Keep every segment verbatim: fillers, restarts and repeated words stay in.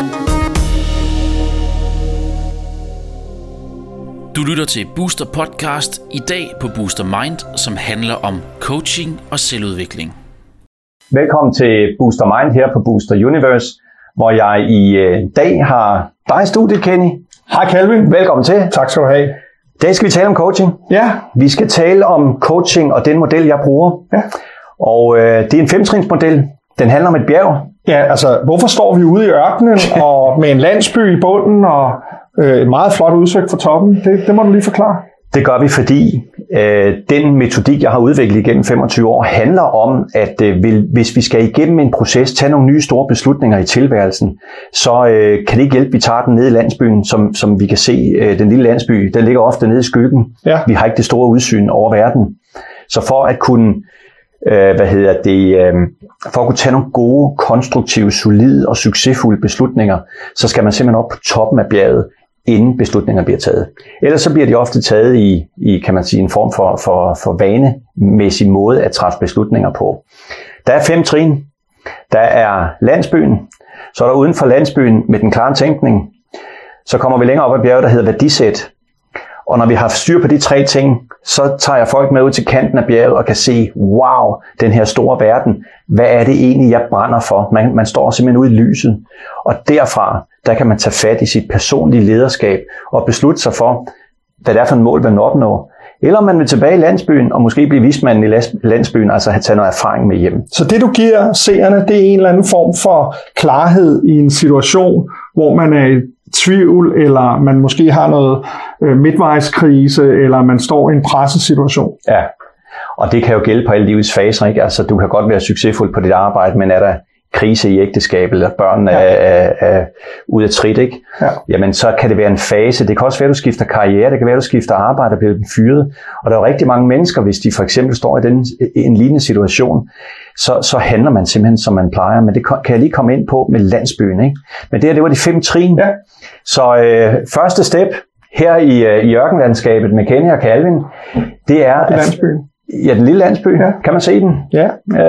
Du lytter til Booster Podcast, i dag på Booster Mind, som handler om coaching og selvudvikling. Velkommen til Booster Mind her på Booster Universe, hvor jeg i dag har dig i studiet, Kenny. Hej Calvin. Velkommen til. Tak skal du have. I dag skal vi tale om coaching. Ja. Vi skal tale om coaching og den model, jeg bruger. Ja. Og øh, det er en femtrinsmodel. Den handler om et bjerg. Ja, altså hvorfor står vi ude i ørkenen og med en landsby i bunden og øh, et meget flot udsigt fra toppen? Det, det må du lige forklare. Det gør vi, fordi øh, den metodik, jeg har udviklet igennem femogtyve år, handler om, at øh, hvis vi skal igennem en proces, tage nogle nye store beslutninger i tilværelsen, så øh, kan det ikke hjælpe, at vi tager den ned i landsbyen, som, som vi kan se. Øh, den lille landsby, den ligger ofte nede i skyggen. Ja. Vi har ikke det store udsyn over verden. Så for at kunne, øh, hvad hedder det, øh, for at kunne tage nogle gode, konstruktive, solide og succesfulde beslutninger, så skal man simpelthen op på toppen af bjerget, inden beslutninger bliver taget. Ellers så bliver de ofte taget i, i kan man sige, en form for, for, for vanemæssig måde at træffe beslutninger på. Der er fem trin. Der er landsbyen, så er der uden for landsbyen med den klare tænkning. Så kommer vi længere op ad bjerget, der hedder værdisæt. Og når vi har styr på de tre ting, så tager jeg folk med ud til kanten af bjerget og kan se, wow, den her store verden, hvad er det egentlig, jeg brænder for? Man, man står simpelthen ude i lyset. Og derfra, der kan man tage fat i sit personlige lederskab og beslutte sig for, hvad det er for en mål, man opnår. Eller om man vil tilbage i landsbyen og måske blive vismanden i landsbyen, altså have taget noget erfaring med hjem. Så det du giver seerne, det er en eller anden form for klarhed i en situation, hvor man er i tvivl, eller man måske har noget øh, midtvejskrise, eller man står i en pressesituation. Ja, og det kan jo gælde på alle livets faser, ikke? Altså du kan godt være succesfuld på dit arbejde, men er der krise i ægteskabet, eller børnene ja. er, er, er ude af trit, ikke? Ja. Jamen så kan det være en fase. Det kan også være, at du skifter karriere, det kan være, at du skifter arbejde og bliver fyret. Og der er jo rigtig mange mennesker, hvis de for eksempel står i den, en lignende situation, så, så handler man simpelthen, som man plejer. Men det kan jeg lige komme ind på med landsbyen, ikke? Men det her, det var de fem trin. Ja. Så øh, første step her i, øh, i ørkenlandskabet med Kenny og Calvin, det er... Det er landsbyen. Ja, den lille landsby. Ja. Kan man se den? Ja.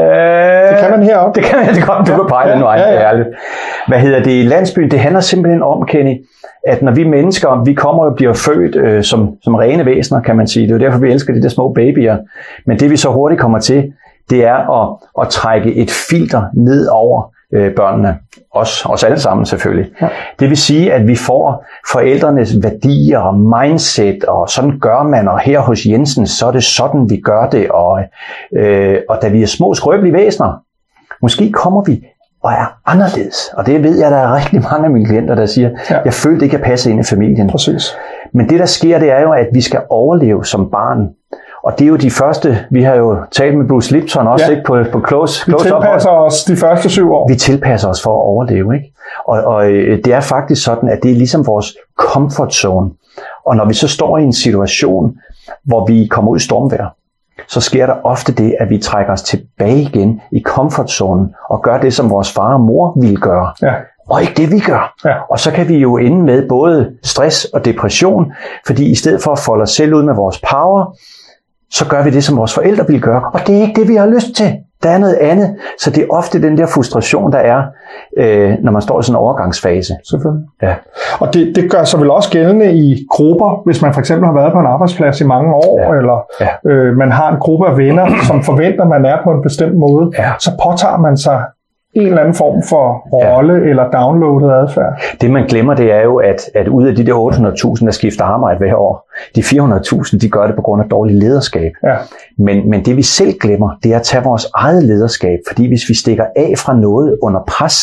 Øh, det kan man heroppe. Det kan man det godt. Du ja. kan pege den vej. Ja, ja. Ærligt. Hvad hedder det? Landsbyen, det handler simpelthen om, Kenny, at når vi mennesker, vi kommer og bliver født øh, som, som rene væsener, kan man sige. Det er jo derfor, vi elsker de der små babyer. Men det vi så hurtigt kommer til, det er at, at trække et filter ned over øh, børnene. Os, os alle sammen selvfølgelig. Ja. Det vil sige, at vi får forældrenes værdier og mindset, og sådan gør man, og her hos Jensen, så er det sådan, vi gør det. Og, øh, og da vi er små skrøbelige væsener, måske kommer vi og er anderledes. Og det ved jeg, der er rigtig mange af mine klienter, der siger, ja. jeg følte ikke, at jeg passede ind i familien. Præcis. Men det, der sker, det er jo, at vi skal overleve som barn. Og det er jo de første, vi har jo talt med Bruce Lipton også, ja. ikke, på, på close, close Vi tilpasser op. os de første syv år. Vi tilpasser os for at overleve, ikke? Og, og det er faktisk sådan, at det er ligesom vores comfort zone. Og når vi så står i en situation, hvor vi kommer ud i stormvejr, så sker der ofte det, at vi trækker os tilbage igen i comfort zonen og gør det, som vores far og mor ville gøre. Ja. Og ikke det, vi gør. Ja. Og så kan vi jo ende med både stress og depression, fordi i stedet for at folde os selv ud med vores power, så gør vi det, som vores forældre ville gøre. Og det er ikke det, vi har lyst til. Der er noget andet. Så det er ofte den der frustration, der er, øh, når man står i sådan en overgangsfase. Selvfølgelig. Ja. Og det, det gør sig vel også gældende i grupper, hvis man for eksempel har været på en arbejdsplads i mange år, ja. eller ja. Øh, man har en gruppe af venner, som forventer, man er på en bestemt måde, ja. så påtager man sig en eller anden form for rolle ja. eller downloadet adfærd. Det man glemmer, det er jo, at, at ud af de der otte hundrede tusind, der skifter arbejde hver år, de fire hundrede tusind, de gør det på grund af dårlig lederskab. Ja. Men, men det vi selv glemmer, det er at tage vores eget lederskab, fordi hvis vi stikker af fra noget under pres,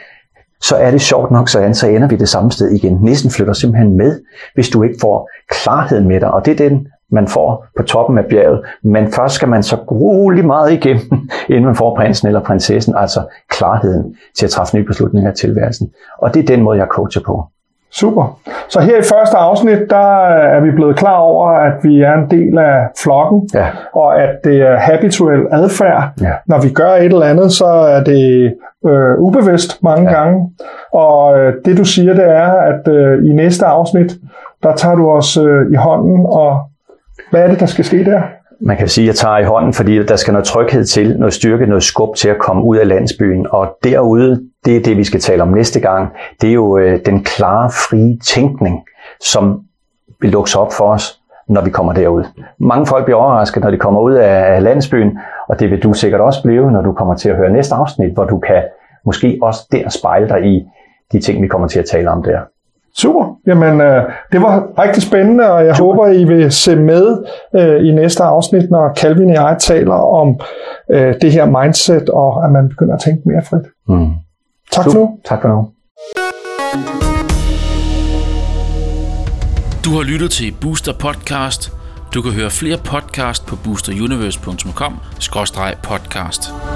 så er det sjovt nok sådan, så ender vi det samme sted igen. Nissen flytter simpelthen med, hvis du ikke får klarhed med dig, og det er den, man får på toppen af bjerget. Men først skal man så grueligt meget igennem, inden man får prinsen eller prinsessen, altså klarheden til at træffe nye beslutninger i tilværelsen. Og det er den måde, jeg coacher på. Super. Så her i første afsnit, der er vi blevet klar over, at vi er en del af flokken, ja. og at det er habituel adfærd. Ja. Når vi gør et eller andet, så er det øh, ubevidst mange ja. gange. Og øh, det du siger, det er, at øh, i næste afsnit, der tager du os øh, i hånden, og hvad er det, der skal ske der? Man kan sige, at jeg tager i hånden, fordi der skal noget tryghed til, noget styrke, noget skub til at komme ud af landsbyen. Og derude, det er det, vi skal tale om næste gang. Det er jo øh, den klare, frie tænkning, som vil lukke sig op for os, når vi kommer derud. Mange folk bliver overrasket, når de kommer ud af landsbyen, og det vil du sikkert også blive, når du kommer til at høre næste afsnit, hvor du kan måske også der spejle dig i de ting, vi kommer til at tale om der. Super. Jamen, øh, det var rigtig spændende, og jeg Super. håber, I vil se med øh, i næste afsnit, når Calvin og jeg taler om øh, det her mindset, og at man begynder at tænke mere frit. Mm. Tak Super. for nu. Tak for nu. Du har lyttet til Booster Podcast. Du kan høre flere podcast på booster universe punktum com skråstreg podcast.